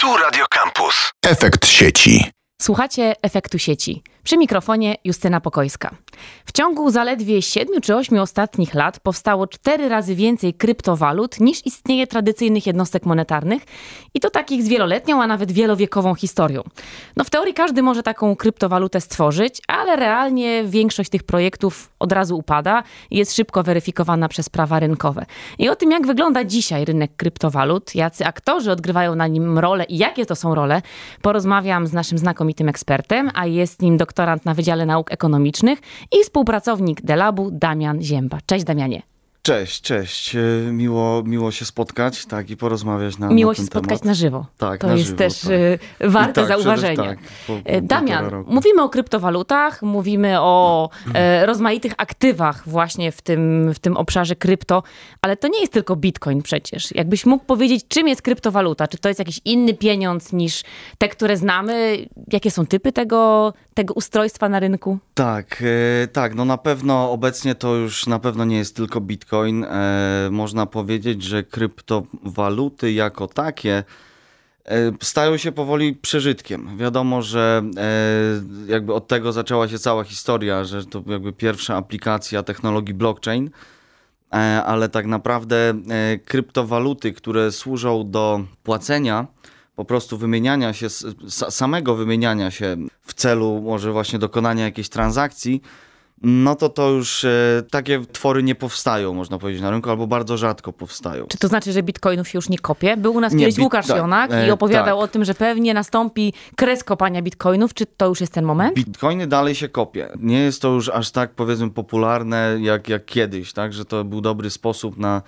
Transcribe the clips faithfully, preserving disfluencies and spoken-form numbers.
Tu Radio Campus. Efekt sieci. Słuchacie Efektu Sieci. Przy mikrofonie Justyna Pokojska. W ciągu zaledwie siedmiu czy ośmiu ostatnich lat powstało cztery razy więcej kryptowalut niż istnieje tradycyjnych jednostek monetarnych i to takich z wieloletnią, a nawet wielowiekową historią. No w teorii każdy może taką kryptowalutę stworzyć, ale realnie większość tych projektów od razu upada i jest szybko weryfikowana przez prawa rynkowe. I o tym, jak wygląda dzisiaj rynek kryptowalut, jacy aktorzy odgrywają na nim rolę i jakie to są role, porozmawiam z naszym znakomitym ekspertem, a jest nim doktorant na Wydziale Nauk Ekonomicznych i współpracownik Delabu Damian Zięba. Cześć Damianie. Cześć, cześć. Miło, miło się spotkać, tak, i porozmawiać na, Miło na się ten spotkać temat. na żywo. Tak, to na jest żywo, też tak. warte tak, zauważenia. Tak, po, po, Damian, mówimy o kryptowalutach, mówimy o e, rozmaitych aktywach właśnie w tym, w tym obszarze krypto, ale to nie jest tylko Bitcoin przecież. Jakbyś mógł powiedzieć, czym jest kryptowaluta? Czy to jest jakiś inny pieniądz niż te, które znamy? Jakie są typy tego, tego ustrojstwa na rynku? Tak, e, tak, no na pewno obecnie to już na pewno nie jest tylko Bitcoin. E, można powiedzieć, że kryptowaluty jako takie e, stają się powoli przeżytkiem. Wiadomo, że e, jakby od tego zaczęła się cała historia, że to jakby pierwsza aplikacja technologii blockchain, e, ale tak naprawdę e, kryptowaluty, które służą do płacenia, po prostu wymieniania się, samego wymieniania się w celu może właśnie dokonania jakiejś transakcji, no to to już e, takie twory nie powstają, można powiedzieć, na rynku, albo bardzo rzadko powstają. Czy to znaczy, że bitcoinów się już nie kopie? Był u nas Nie, kiedyś bit- Łukasz tak, Jonak e, i opowiadał tak. o tym, że pewnie nastąpi kres kopania bitcoinów. Czy to już jest ten moment? Bitcoiny dalej się kopie. Nie jest to już aż tak, powiedzmy, popularne jak, jak kiedyś, tak, że to był dobry sposób na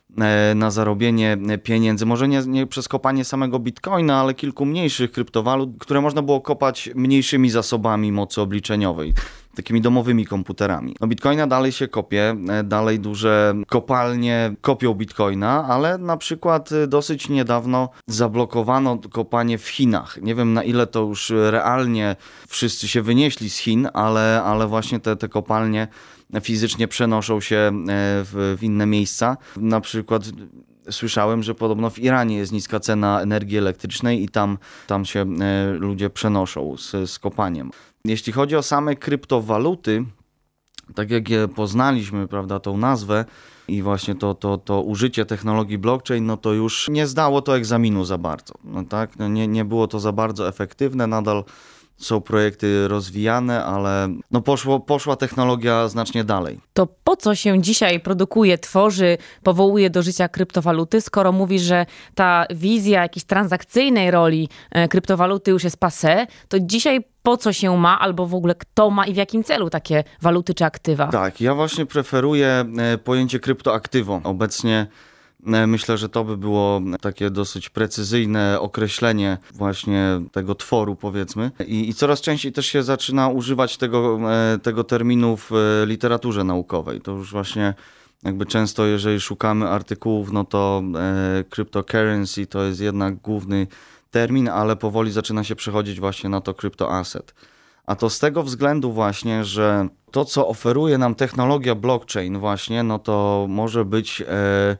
na zarobienie pieniędzy. Może nie, nie przez kopanie samego bitcoina, ale kilku mniejszych kryptowalut, które można było kopać mniejszymi zasobami mocy obliczeniowej, takimi domowymi komputerami. No bitcoina dalej się kopie, dalej duże kopalnie kopią bitcoina, ale na przykład dosyć niedawno zablokowano kopanie w Chinach. Nie wiem, na ile to już realnie wszyscy się wynieśli z Chin, ale, ale właśnie te, te kopalnie fizycznie przenoszą się w, w inne miejsca. Na przykład słyszałem, że podobno w Iranie jest niska cena energii elektrycznej i tam, tam się ludzie przenoszą z, z kopaniem. Jeśli chodzi o same kryptowaluty, tak jak je poznaliśmy, prawda, tą nazwę i właśnie to, to, to użycie technologii blockchain, no to już nie zdało to egzaminu za bardzo. No tak? No nie, nie było to za bardzo efektywne, nadal są projekty rozwijane, ale no poszło, poszła technologia znacznie dalej. To po co się dzisiaj produkuje, tworzy, powołuje do życia kryptowaluty, skoro mówisz, że ta wizja jakiejś transakcyjnej roli e, kryptowaluty już jest passé, to dzisiaj po co się ma, albo w ogóle kto ma i w jakim celu takie waluty czy aktywa? Tak, ja właśnie preferuję pojęcie kryptoaktywo. Obecnie myślę, że to by było takie dosyć precyzyjne określenie właśnie tego tworu, powiedzmy. I, i coraz częściej też się zaczyna używać tego, tego terminu w literaturze naukowej. To już właśnie jakby często, jeżeli szukamy artykułów, no to e, cryptocurrency to jest jednak główny termin, ale powoli zaczyna się przechodzić właśnie na to cryptoasset. A to z tego względu właśnie, że to, co oferuje nam technologia blockchain właśnie, no to może być... E,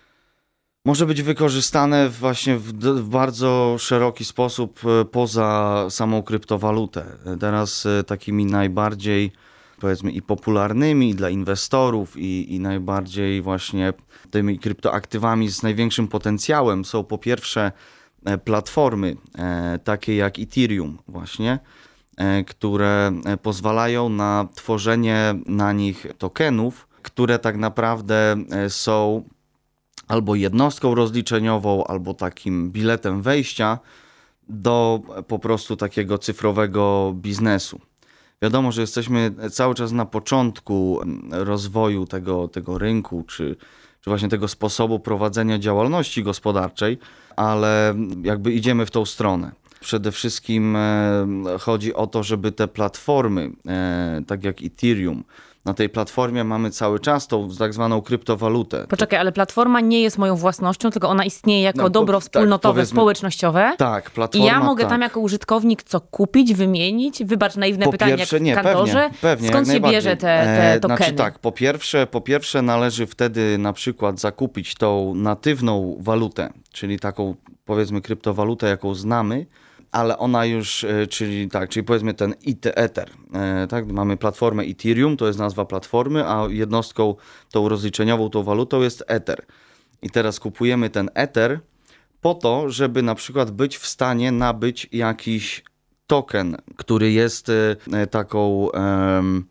Może być wykorzystane właśnie w, w bardzo szeroki sposób poza samą kryptowalutę. Teraz takimi najbardziej, powiedzmy, i popularnymi dla inwestorów i, i najbardziej właśnie tymi kryptoaktywami z największym potencjałem są po pierwsze platformy e, takie jak Ethereum właśnie, e, które pozwalają na tworzenie na nich tokenów, które tak naprawdę są albo jednostką rozliczeniową, albo takim biletem wejścia do po prostu takiego cyfrowego biznesu. Wiadomo, że jesteśmy cały czas na początku rozwoju tego, tego rynku, czy, czy właśnie tego sposobu prowadzenia działalności gospodarczej, ale jakby idziemy w tą stronę. Przede wszystkim chodzi o to, żeby te platformy, tak jak Ethereum, na tej platformie mamy cały czas tą tak zwaną kryptowalutę. Poczekaj, ale platforma nie jest moją własnością, tylko ona istnieje jako No, dobro po- wspólnotowe, tak, powiedzmy- społecznościowe. Tak, I platforma, ja mogę tak. tam jako użytkownik co kupić, wymienić? Wybacz, naiwne Po pytanie, pierwsze, jak w nie, kantorze. pewnie, pewnie, Skąd jak się najbardziej. bierze te, te E, tokeny? Znaczy tak, po pierwsze, po pierwsze należy wtedy na przykład zakupić tą natywną walutę, czyli taką powiedzmy kryptowalutę, jaką znamy, ale ona już, e, czyli tak, czyli powiedzmy ten I T Ether, e, tak, mamy platformę Ethereum, to jest nazwa platformy, a jednostką tą rozliczeniową, tą walutą jest Ether. I teraz kupujemy ten Ether po to, żeby na przykład być w stanie nabyć jakiś token, który jest e, taką... em,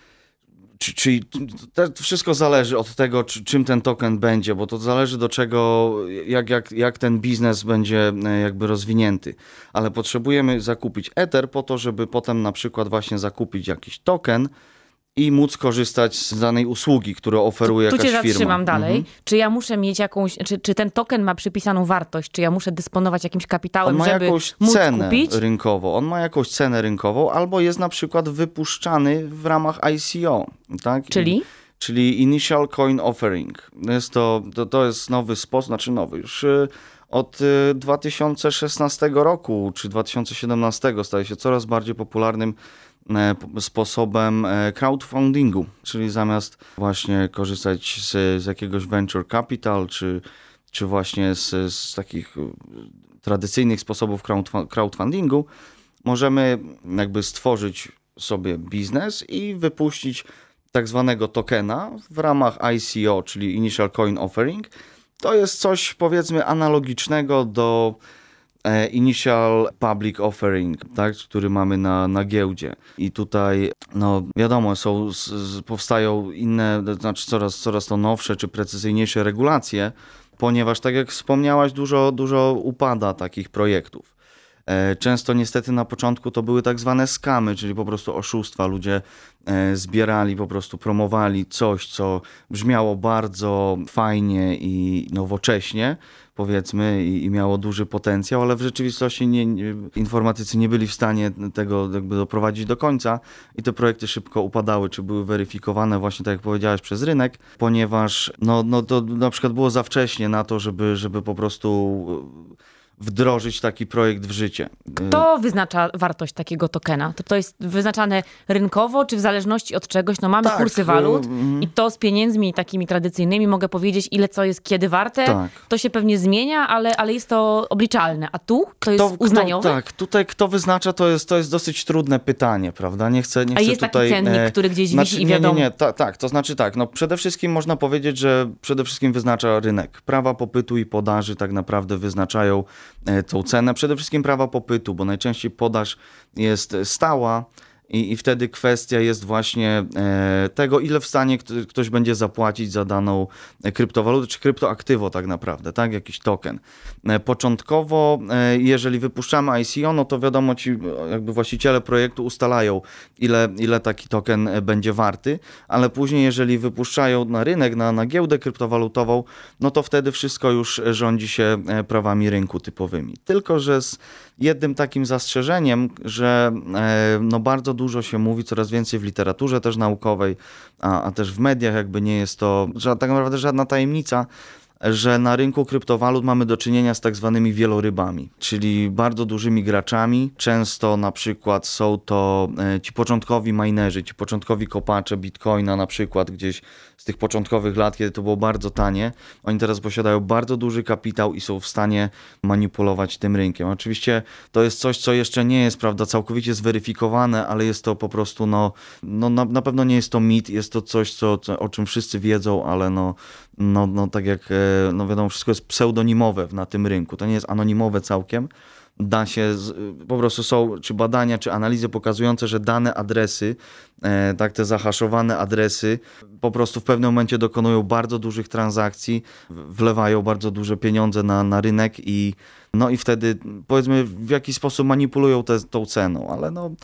czy- Czyli to wszystko zależy od tego, czy, czym ten token będzie, bo to zależy do czego, jak, jak, jak ten biznes będzie e, jakby rozwinięty. Ale potrzebujemy zakupić Ether po to, żeby potem na przykład właśnie zakupić jakiś token i móc korzystać z danej usługi, którą oferuje Tu jakaś cię firma. zatrzymam dalej. Mhm. Czy ja muszę mieć jakąś, czy, czy ten token ma przypisaną wartość? Czy ja muszę dysponować jakimś On kapitałem, ma żeby jakąś móc cenę kupić? rynkową. On ma jakąś cenę rynkową, albo jest na przykład wypuszczany w ramach I C O. Tak? Czyli? I, czyli Initial Coin Offering. Jest to, to, to jest nowy sposób, znaczy nowy już y, od y, dwa tysiące szesnastego roku czy dwa tysiące siedemnastego staje się coraz bardziej popularnym e, p- sposobem e, crowdfundingu, czyli zamiast właśnie korzystać z, z jakiegoś venture capital, czy, czy właśnie z, z takich y, tradycyjnych sposobów crowdfu- crowdfundingu, możemy jakby stworzyć sobie biznes i wypuścić tak zwanego tokena w ramach I C O, czyli Initial Coin Offering. To jest coś powiedzmy analogicznego do e, Initial Public Offering, tak, który mamy na, na giełdzie. I tutaj, no wiadomo, są, z, z, powstają inne, to znaczy coraz, coraz to nowsze czy precyzyjniejsze regulacje, ponieważ tak jak wspomniałaś, dużo, dużo upada takich projektów. E, Często niestety na początku to były tak zwane skamy, czyli po prostu oszustwa. Ludzie e, zbierali, po prostu promowali coś, co brzmiało bardzo fajnie i nowocześnie, powiedzmy, i, i miało duży potencjał, ale w rzeczywistości nie, nie, informatycy nie byli w stanie tego jakby doprowadzić do końca i te projekty szybko upadały, czy były weryfikowane właśnie, tak jak powiedziałeś, przez rynek, ponieważ no, no to na przykład było za wcześnie na to, żeby, żeby po prostu wdrożyć taki projekt w życie. Kto wyznacza wartość takiego tokena? To, to jest wyznaczane rynkowo, czy w zależności od czegoś? No mamy Tak, kursy walut mm. i to z pieniędzmi takimi tradycyjnymi mogę powiedzieć, ile co jest kiedy warte. Tak. To się pewnie zmienia, ale, ale jest to obliczalne. A tu to jest Kto- uznaniowe? Kto, tak, tutaj kto wyznacza, to jest, to jest dosyć trudne pytanie, prawda? Nie chcę, nie A chcę jest tutaj... taki cennik, e, który gdzieś znaczy, wisi i nie, wiadomo. Nie, nie, ta, tak, to znaczy tak, no przede wszystkim można powiedzieć, że przede wszystkim wyznacza rynek. Prawa popytu i podaży tak naprawdę wyznaczają e, tą cenę. Przede wszystkim prawa popytu, bo najczęściej podaż jest stała, I, I wtedy kwestia jest właśnie e, tego, ile w stanie kto, ktoś będzie zapłacić za daną kryptowalutę, czy kryptoaktywo tak naprawdę, tak? Jakiś token. E, początkowo, e, jeżeli wypuszczamy I C O, no to wiadomo, ci jakby właściciele projektu ustalają, ile, ile taki token będzie warty, ale później, jeżeli wypuszczają na rynek, na, na giełdę kryptowalutową, no to wtedy wszystko już rządzi się prawami rynku typowymi. Tylko że z jednym takim zastrzeżeniem, że e, no bardzo dużo się mówi, coraz więcej w literaturze też naukowej, a, a też w mediach jakby nie jest to że tak naprawdę żadna tajemnica, że na rynku kryptowalut mamy do czynienia z tak zwanymi wielorybami, czyli bardzo dużymi graczami. Często na przykład są to ci początkowi minerzy, ci początkowi kopacze Bitcoina na przykład gdzieś z tych początkowych lat, kiedy to było bardzo tanie. Oni teraz posiadają bardzo duży kapitał i są w stanie manipulować tym rynkiem. Oczywiście to jest coś, co jeszcze nie jest, prawda, całkowicie zweryfikowane, ale jest to po prostu, no, no na, na pewno nie jest to mit, jest to coś, co, co, o czym wszyscy wiedzą, ale no, no, no tak jak, no wiadomo, wszystko jest pseudonimowe na tym rynku. To nie jest anonimowe całkiem. Da się, z, po prostu są czy badania, czy analizy pokazujące, że dane adresy, e, tak te zahaszowane adresy po prostu w pewnym momencie dokonują bardzo dużych transakcji, wlewają bardzo duże pieniądze na, na rynek i no i wtedy powiedzmy w jakiś sposób manipulują te, tą ceną, ale no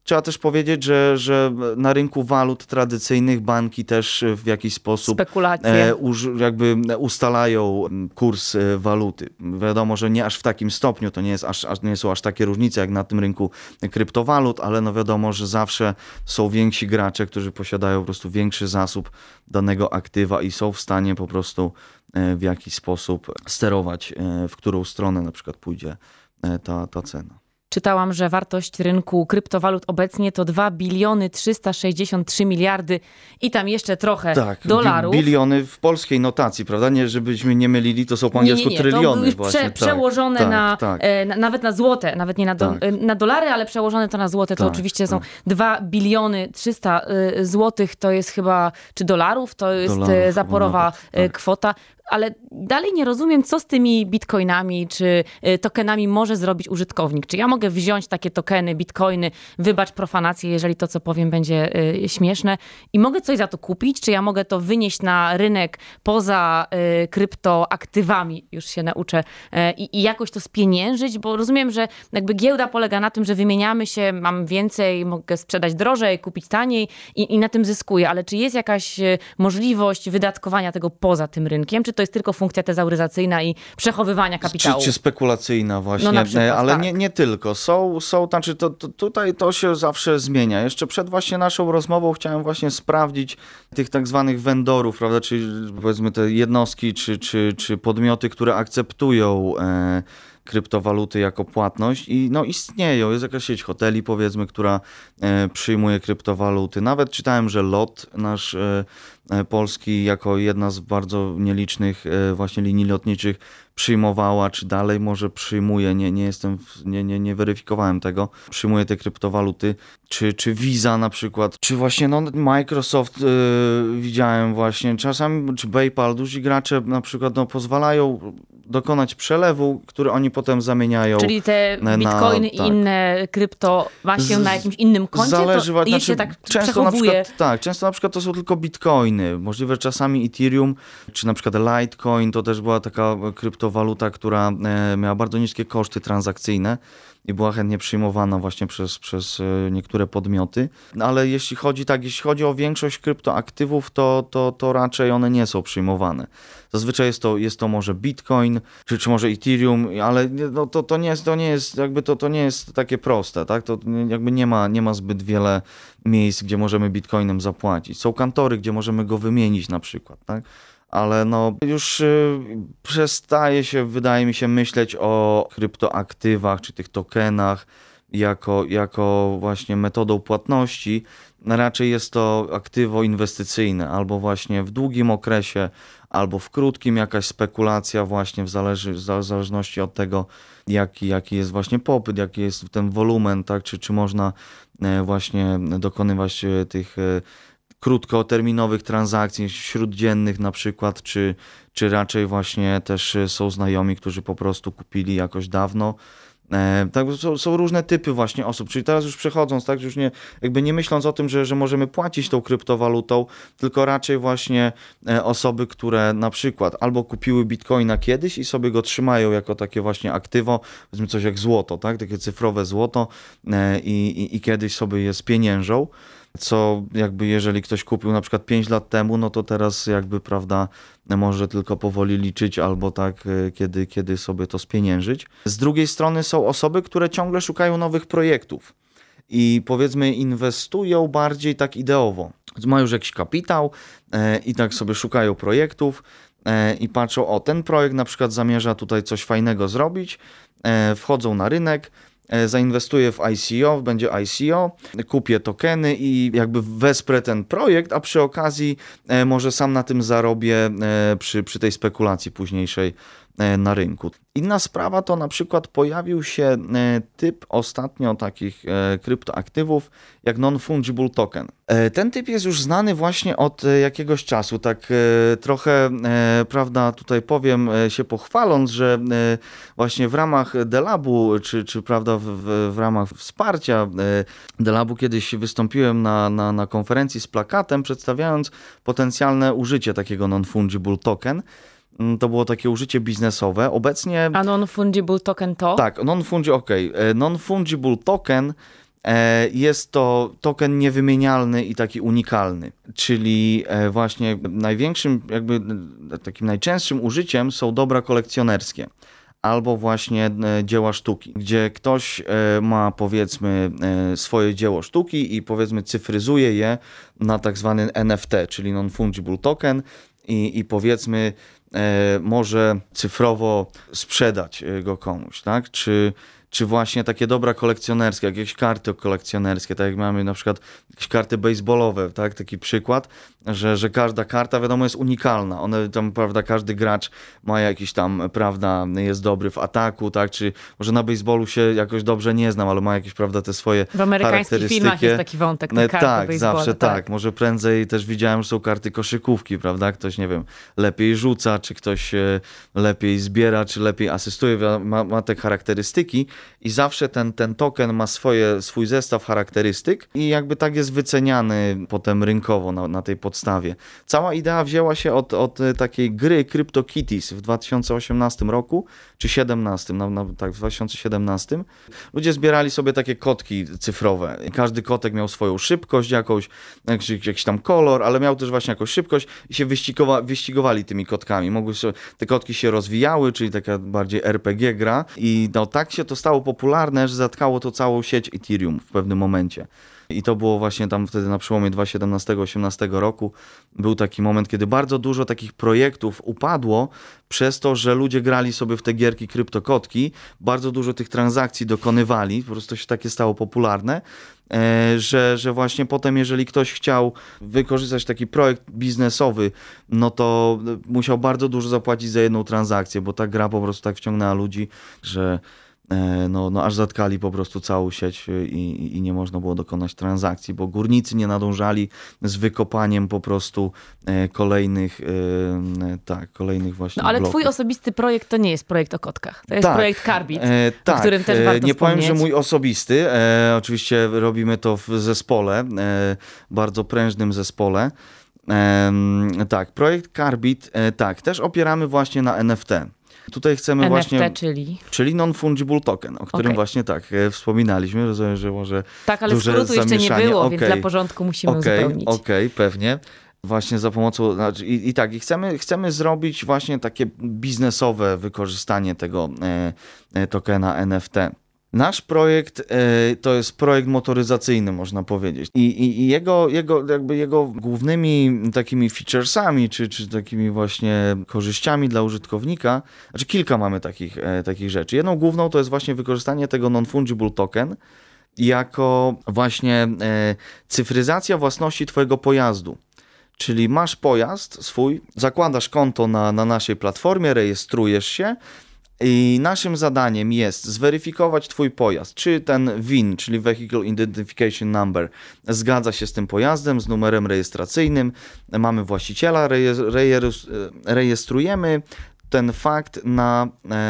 Trzeba też powiedzieć, że, że na rynku walut tradycyjnych banki też w jakiś sposób Spekulacje. e, jakby ustalają kurs waluty. Wiadomo, że nie aż w takim stopniu, to nie, jest aż, aż, nie są aż takie różnice jak na tym rynku kryptowalut, ale no wiadomo, że zawsze są więksi gracze, którzy posiadają po prostu większy zasób danego aktywa i są w stanie po prostu w jakiś sposób sterować, w którą stronę na przykład pójdzie ta, ta cena. Czytałam, że wartość rynku kryptowalut obecnie to dwa biliony trzysta sześćdziesiąt trzy miliardy i tam jeszcze trochę tak, dolarów. Bi- biliony w polskiej notacji, prawda? Nie, żebyśmy nie mylili, to są po angielsku nie, nie, nie. tryliony. To już właśnie. prze, tak, przełożone tak, na, tak. E, na, nawet na złote, nawet nie na, do, Tak. na dolary, ale przełożone to na złote, to Tak, oczywiście tak. są dwa biliony trzysta y, złotych, to jest chyba, czy dolarów, to jest Dolarów, e, zaporowa nawet, e, tak. kwota. Ale dalej nie rozumiem, co z tymi bitcoinami czy y, tokenami może zrobić użytkownik. Czy ja mogę wziąć takie tokeny, bitcoiny, wybacz profanację, jeżeli to, co powiem, będzie y, śmieszne i mogę coś za to kupić? Czy ja mogę to wynieść na rynek poza y, kryptoaktywami? Już się nauczę. Y, I, I jakoś to spieniężyć? Bo rozumiem, że jakby giełda polega na tym, że wymieniamy się, mam więcej, mogę sprzedać drożej, kupić taniej i, i na tym zyskuję. Ale czy jest jakaś y, możliwość wydatkowania tego poza tym rynkiem? Czy to jest tylko funkcja tezauryzacyjna i przechowywania kapitału? Czy, czy spekulacyjna właśnie, No na przykład, ale tak. nie, nie tylko. Są, są znaczy to, to, tutaj to się zawsze zmienia. Jeszcze przed właśnie naszą rozmową chciałem właśnie sprawdzić tych tak zwanych vendorów, prawda, czyli powiedzmy te jednostki czy, czy, czy podmioty, które akceptują e, kryptowaluty jako płatność i no istnieją. Jest jakaś sieć hoteli, powiedzmy, która e, przyjmuje kryptowaluty. Nawet czytałem, że LOT, nasz e, e, polski, jako jedna z bardzo nielicznych e, właśnie linii lotniczych przyjmowała, czy dalej może przyjmuje, nie, nie jestem, w, nie, nie, nie weryfikowałem tego, przyjmuje te kryptowaluty, czy, czy Visa na przykład, czy właśnie no, Microsoft e, widziałem właśnie, czasami, czy PayPal, duzi gracze na przykład no, pozwalają dokonać przelewu, który oni potem zamieniają. Czyli te na, bitcoiny tak. i inne krypto ma się Z- na jakimś innym koncie, Zależy, to je znaczy, się tak często na przechowuje. przykład, tak, często na przykład to są tylko bitcoiny, możliwe czasami Ethereum, czy na przykład Litecoin, to też była taka kryptowaluta, która e, miała bardzo niskie koszty transakcyjne i była chętnie przyjmowana właśnie przez, przez e, niektóre podmioty. No, ale jeśli chodzi tak, jeśli chodzi o większość kryptoaktywów, to, to, to raczej one nie są przyjmowane. Zazwyczaj jest to, jest to może Bitcoin, czy, czy może Ethereum, ale nie- no, to, to nie jest, to nie jest, jakby to, to nie jest takie proste, tak? To nie- jakby nie ma, nie ma zbyt wiele miejsc, gdzie możemy Bitcoinem zapłacić. Są kantory, gdzie możemy go wymienić na przykład, tak? Ale no już y, przestaje się, wydaje mi się, myśleć o kryptoaktywach, czy tych tokenach jako, jako właśnie metodą płatności. Raczej jest to aktywo inwestycyjne, albo właśnie w długim okresie, albo w krótkim jakaś spekulacja właśnie w, zależy, w zależności od tego, jaki, jaki jest właśnie popyt, jaki jest ten wolumen, tak, czy, czy można e, właśnie dokonywać e, tych e, krótkoterminowych transakcji, śróddziennych na przykład, czy, czy raczej właśnie też są znajomi, którzy po prostu kupili jakoś dawno. E, tak, są, są różne typy właśnie osób, czyli teraz już przechodząc, tak, już nie, jakby nie myśląc o tym, że, że możemy płacić tą kryptowalutą, tylko raczej właśnie e, osoby, które na przykład albo kupiły bitcoina kiedyś i sobie go trzymają jako takie właśnie aktywo, powiedzmy coś jak złoto, tak, takie cyfrowe złoto e, i, i, i kiedyś sobie je spieniężą, co jakby jeżeli ktoś kupił na przykład pięć lat temu, no to teraz jakby, prawda, może tylko powoli liczyć albo tak, e, kiedy, kiedy sobie to spieniężyć. Z drugiej strony są osoby, które ciągle szukają nowych projektów i powiedzmy inwestują bardziej tak ideowo. Mają już jakiś kapitał e, i tak sobie szukają projektów e, i patrzą, o ten projekt na przykład zamierza tutaj coś fajnego zrobić, e, wchodzą na rynek, zainwestuję w I C O, będzie I C O, kupię tokeny i jakby wesprę ten projekt, a przy okazji e, może sam na tym zarobię e, przy, przy tej spekulacji późniejszej e, na rynku. Inna sprawa to na przykład pojawił się e, typ ostatnio takich e, kryptoaktywów jak non-fungible token. E, ten typ jest już znany właśnie od e, jakiegoś czasu, tak e, trochę, e, prawda, tutaj powiem e, się pochwaląc, że e, właśnie w ramach Delabu, czy, czy prawda, w, w, w ramach wsparcia e, Delabu kiedyś wystąpiłem na, na, na konferencji z plakatem, przedstawiając potencjalne użycie takiego non-fungible token. To było takie użycie biznesowe. Obecnie... A non-fungible token to? Tak, non-fungible, okej. Okay. Non-fungible token Jest to token niewymienialny i taki unikalny, czyli właśnie największym, jakby takim najczęstszym użyciem są dobra kolekcjonerskie albo właśnie dzieła sztuki, gdzie ktoś ma powiedzmy swoje dzieło sztuki i powiedzmy cyfryzuje je na tak zwany N F T, czyli non-fungible token i, i powiedzmy może cyfrowo sprzedać go komuś, tak? Czy czy właśnie takie dobra kolekcjonerskie, jakieś karty kolekcjonerskie, tak jak mamy na przykład jakieś karty baseballowe, tak, taki przykład, że, że każda karta, wiadomo, jest unikalna. One tam, prawda, każdy gracz ma jakiś tam, prawda, jest dobry w ataku, tak, czy może na baseballu się jakoś dobrze nie znam, ale ma jakieś, prawda, te swoje w amerykańskich filmach jest taki wątek, te karty tak, baseballu, zawsze tak. tak. Może prędzej też widziałem, że są karty koszykówki, prawda, ktoś, nie wiem, lepiej rzuca, czy ktoś lepiej zbiera, czy lepiej asystuje, ma, ma te charakterystyki. I zawsze ten, ten token ma swoje, swój zestaw charakterystyk i jakby tak jest wyceniany potem rynkowo na, na tej podstawie. Cała idea wzięła się od, od takiej gry CryptoKitties w dwa tysiące osiemnastym roku, czy siedemnastym, no, no, tak, w dwa tysiące siedemnastym. Ludzie zbierali sobie takie kotki cyfrowe. Każdy kotek miał swoją szybkość jakąś, jakiś, jakiś tam kolor, ale miał też właśnie jakąś szybkość i się wyścigowa, wyścigowali tymi kotkami. Mogły się, te kotki się rozwijały, czyli taka bardziej R P G gra i no, tak się to stało popularne, że zatkało to całą sieć Ethereum w pewnym momencie. I to było właśnie tam wtedy na przełomie dwa tysiące siedemnastego do dwa tysiące osiemnastego roku. Był taki moment, kiedy bardzo dużo takich projektów upadło przez to, że ludzie grali sobie w te gierki kryptokotki, bardzo dużo tych transakcji dokonywali, po prostu się takie stało popularne, że, że właśnie potem, jeżeli ktoś chciał wykorzystać taki projekt biznesowy, no to musiał bardzo dużo zapłacić za jedną transakcję, bo ta gra po prostu tak wciągnęła ludzi, że No, no aż zatkali po prostu całą sieć i, i nie można było dokonać transakcji, bo górnicy nie nadążali z wykopaniem po prostu kolejnych, tak, kolejnych właśnie No ale bloków. twój osobisty projekt to nie jest projekt o kotkach, to jest tak, projekt Carbit, e, tak, o którym też warto nie wspomnieć. powiem, że mój osobisty, e, oczywiście robimy to w zespole, e, bardzo prężnym zespole. E, tak, projekt Carbit, e, tak, też opieramy właśnie na N F T. Tutaj chcemy N F T, właśnie... czyli? Czyli non-fungible token, o którym okay. właśnie tak e, wspominaliśmy. Rozumiem, że może tak, ale duże skrótu jeszcze zamieszanie. nie było, okay. więc dla porządku musimy okay. uzupełnić. Okej, okay, pewnie. Właśnie za pomocą... Znaczy, i, I tak, i chcemy, chcemy zrobić właśnie takie biznesowe wykorzystanie tego e, e, tokena N F T. Nasz projekt e, to jest projekt motoryzacyjny, można powiedzieć. I, i, i jego, jego, jakby jego głównymi takimi featuresami, czy, czy takimi właśnie korzyściami dla użytkownika, znaczy kilka mamy takich, e, takich rzeczy. Jedną główną to jest właśnie wykorzystanie tego non-fungible token jako właśnie e, cyfryzacja własności twojego pojazdu. Czyli masz pojazd swój, zakładasz konto na, na naszej platformie, rejestrujesz się, i naszym zadaniem jest zweryfikować twój pojazd, czy ten V I N, czyli Vehicle Identification Number, zgadza się z tym pojazdem, z numerem rejestracyjnym. Mamy właściciela, rejestrujemy ten fakt na,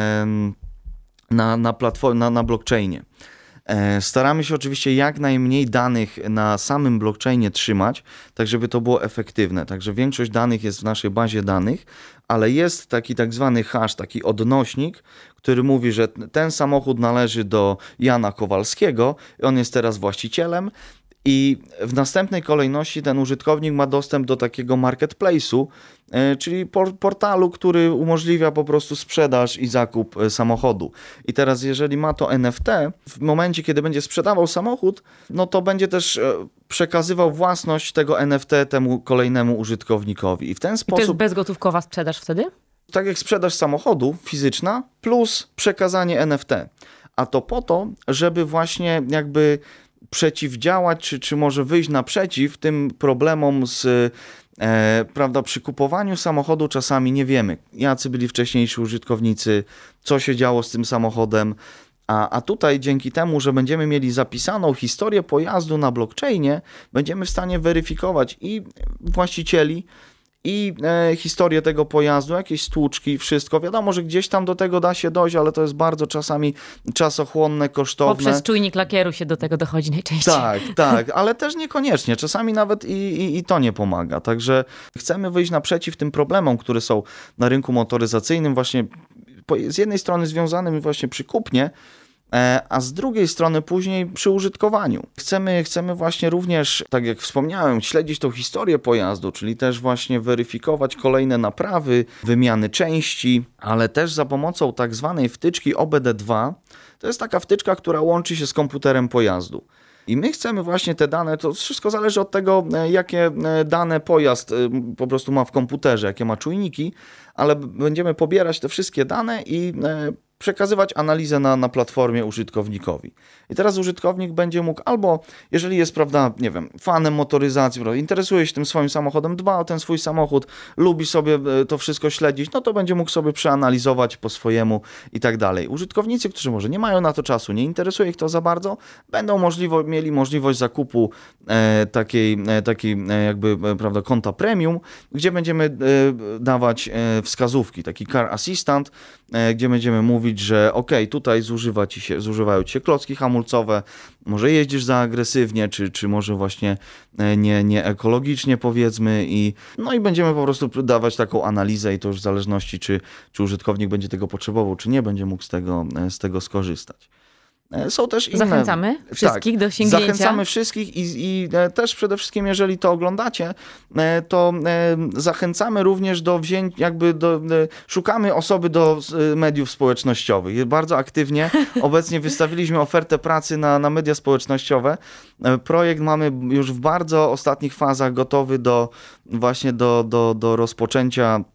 na, na, platform, na, na blockchainie. Staramy się oczywiście jak najmniej danych na samym blockchainie trzymać, tak żeby to było efektywne. Także większość danych jest w naszej bazie danych, ale jest taki tak zwany hash, taki odnośnik, który mówi, że ten samochód należy do Jana Kowalskiego i on jest teraz właścicielem. I w następnej kolejności ten użytkownik ma dostęp do takiego marketplace'u, czyli portalu, który umożliwia po prostu sprzedaż i zakup samochodu. I teraz jeżeli ma to N F T, w momencie kiedy będzie sprzedawał samochód, no to będzie też przekazywał własność tego N F T temu kolejnemu użytkownikowi. I w ten sposób... I to jest bezgotówkowa sprzedaż wtedy? Tak jak sprzedaż samochodu fizyczna plus przekazanie N F T. A to po to, żeby właśnie jakby przeciwdziałać, czy, czy może wyjść naprzeciw tym problemom z, e, prawda, przy kupowaniu samochodu czasami nie wiemy, jacy byli wcześniejsi użytkownicy, co się działo z tym samochodem, a, a tutaj dzięki temu, że będziemy mieli zapisaną historię pojazdu na blockchainie, będziemy w stanie weryfikować i właścicieli, i e, historię tego pojazdu, jakieś stłuczki, wszystko. Wiadomo, że gdzieś tam do tego da się dojść, ale to jest bardzo czasami czasochłonne, kosztowne. Poprzez czujnik lakieru się do tego dochodzi najczęściej. Tak, tak, ale też niekoniecznie. Czasami nawet i, i, i to nie pomaga. Także chcemy wyjść naprzeciw tym problemom, które są na rynku motoryzacyjnym, właśnie z jednej strony związanym właśnie przy kupnie, a z drugiej strony później przy użytkowaniu. Chcemy, chcemy właśnie również, tak jak wspomniałem, śledzić tą historię pojazdu, czyli też właśnie weryfikować kolejne naprawy, wymiany części, ale też za pomocą tak zwanej wtyczki O B D dwa. To jest taka wtyczka, która łączy się z komputerem pojazdu. I my chcemy właśnie te dane, to wszystko zależy od tego, jakie dane pojazd po prostu ma w komputerze, jakie ma czujniki, ale będziemy pobierać te wszystkie dane i przekazywać analizę na, na platformie użytkownikowi. I teraz użytkownik będzie mógł albo, jeżeli jest, prawda, nie wiem, fanem motoryzacji, prawda, interesuje się tym swoim samochodem, dba o ten swój samochód, lubi sobie to wszystko śledzić, no to będzie mógł sobie przeanalizować po swojemu i tak dalej. Użytkownicy, którzy może nie mają na to czasu, nie interesuje ich to za bardzo, będą możliwo, mieli możliwość zakupu e, takiej, e, takiej e, jakby, e, prawda, konta premium, gdzie będziemy e, dawać e, wskazówki, taki car assistant, e, gdzie będziemy mówić, że ok, tutaj zużywa ci się, zużywają ci się klocki hamulcowe, może jeździsz za agresywnie, czy, czy może właśnie nie, nie ekologicznie, powiedzmy, i no i będziemy po prostu dawać taką analizę i to już w zależności, czy, czy użytkownik będzie tego potrzebował, czy nie, będzie mógł z tego, z tego skorzystać. Są też inne. Zachęcamy wszystkich tak, do sięgnięcia. Zachęcamy wszystkich i, i też przede wszystkim, jeżeli to oglądacie, to zachęcamy również do wzięcia, jakby do, szukamy osoby do mediów społecznościowych. Bardzo aktywnie obecnie wystawiliśmy ofertę pracy na, na media społecznościowe. Projekt mamy już w bardzo ostatnich fazach gotowy do właśnie do, do, do rozpoczęcia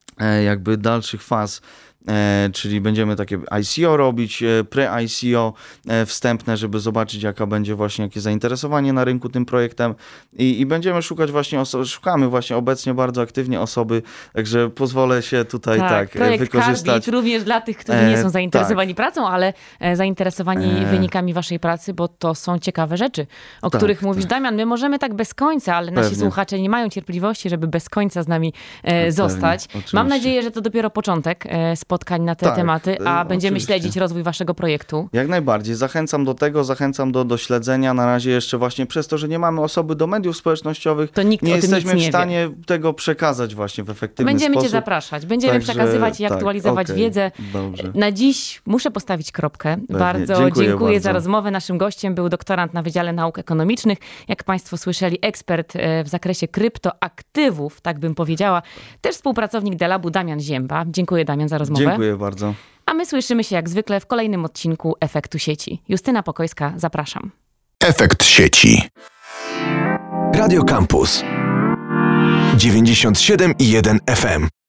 jakby dalszych faz. E, czyli będziemy takie I C O robić, e, pre-I C O e, wstępne, żeby zobaczyć, jaka będzie właśnie, jakie zainteresowanie na rynku tym projektem i, i będziemy szukać właśnie, oso- szukamy właśnie obecnie bardzo aktywnie osoby, także pozwolę się tutaj tak, tak projekt wykorzystać. Carbit również dla tych, którzy nie są zainteresowani e, tak. pracą, ale zainteresowani e... wynikami waszej pracy, bo to są ciekawe rzeczy, o tak, których mówisz. Tak. Damian, my możemy tak bez końca, ale nasi Pewnie. słuchacze nie mają cierpliwości, żeby bez końca z nami e, zostać. Pewnie, Mam nadzieję, że to dopiero początek e, spotkań na te tak, tematy, a będziemy oczywiście. śledzić rozwój waszego projektu. Jak najbardziej. Zachęcam do tego, zachęcam do, do śledzenia. Na razie jeszcze właśnie przez to, że nie mamy osoby do mediów społecznościowych, to nikt nie o tym jesteśmy nic nie w stanie wie. tego przekazać właśnie w efektywny będziemy sposób. Będziemy cię zapraszać. Będziemy Także, przekazywać i tak, aktualizować okay, wiedzę. Dobrze. Na dziś muszę postawić kropkę. Pewnie. Bardzo dziękuję, dziękuję bardzo. za rozmowę. Naszym gościem był doktorant na Wydziale Nauk Ekonomicznych. Jak państwo słyszeli, ekspert w zakresie kryptoaktywów, tak bym powiedziała. Też współpracownik Delabu Damian Zięba. Dziękuję, Damian, za rozmowę. Dziękuję bardzo. A my słyszymy się jak zwykle w kolejnym odcinku Efektu Sieci. Justyna Pokojska, zapraszam. Efekt Sieci. Radio Campus dziewięćdziesiąt siedem i jeden F M.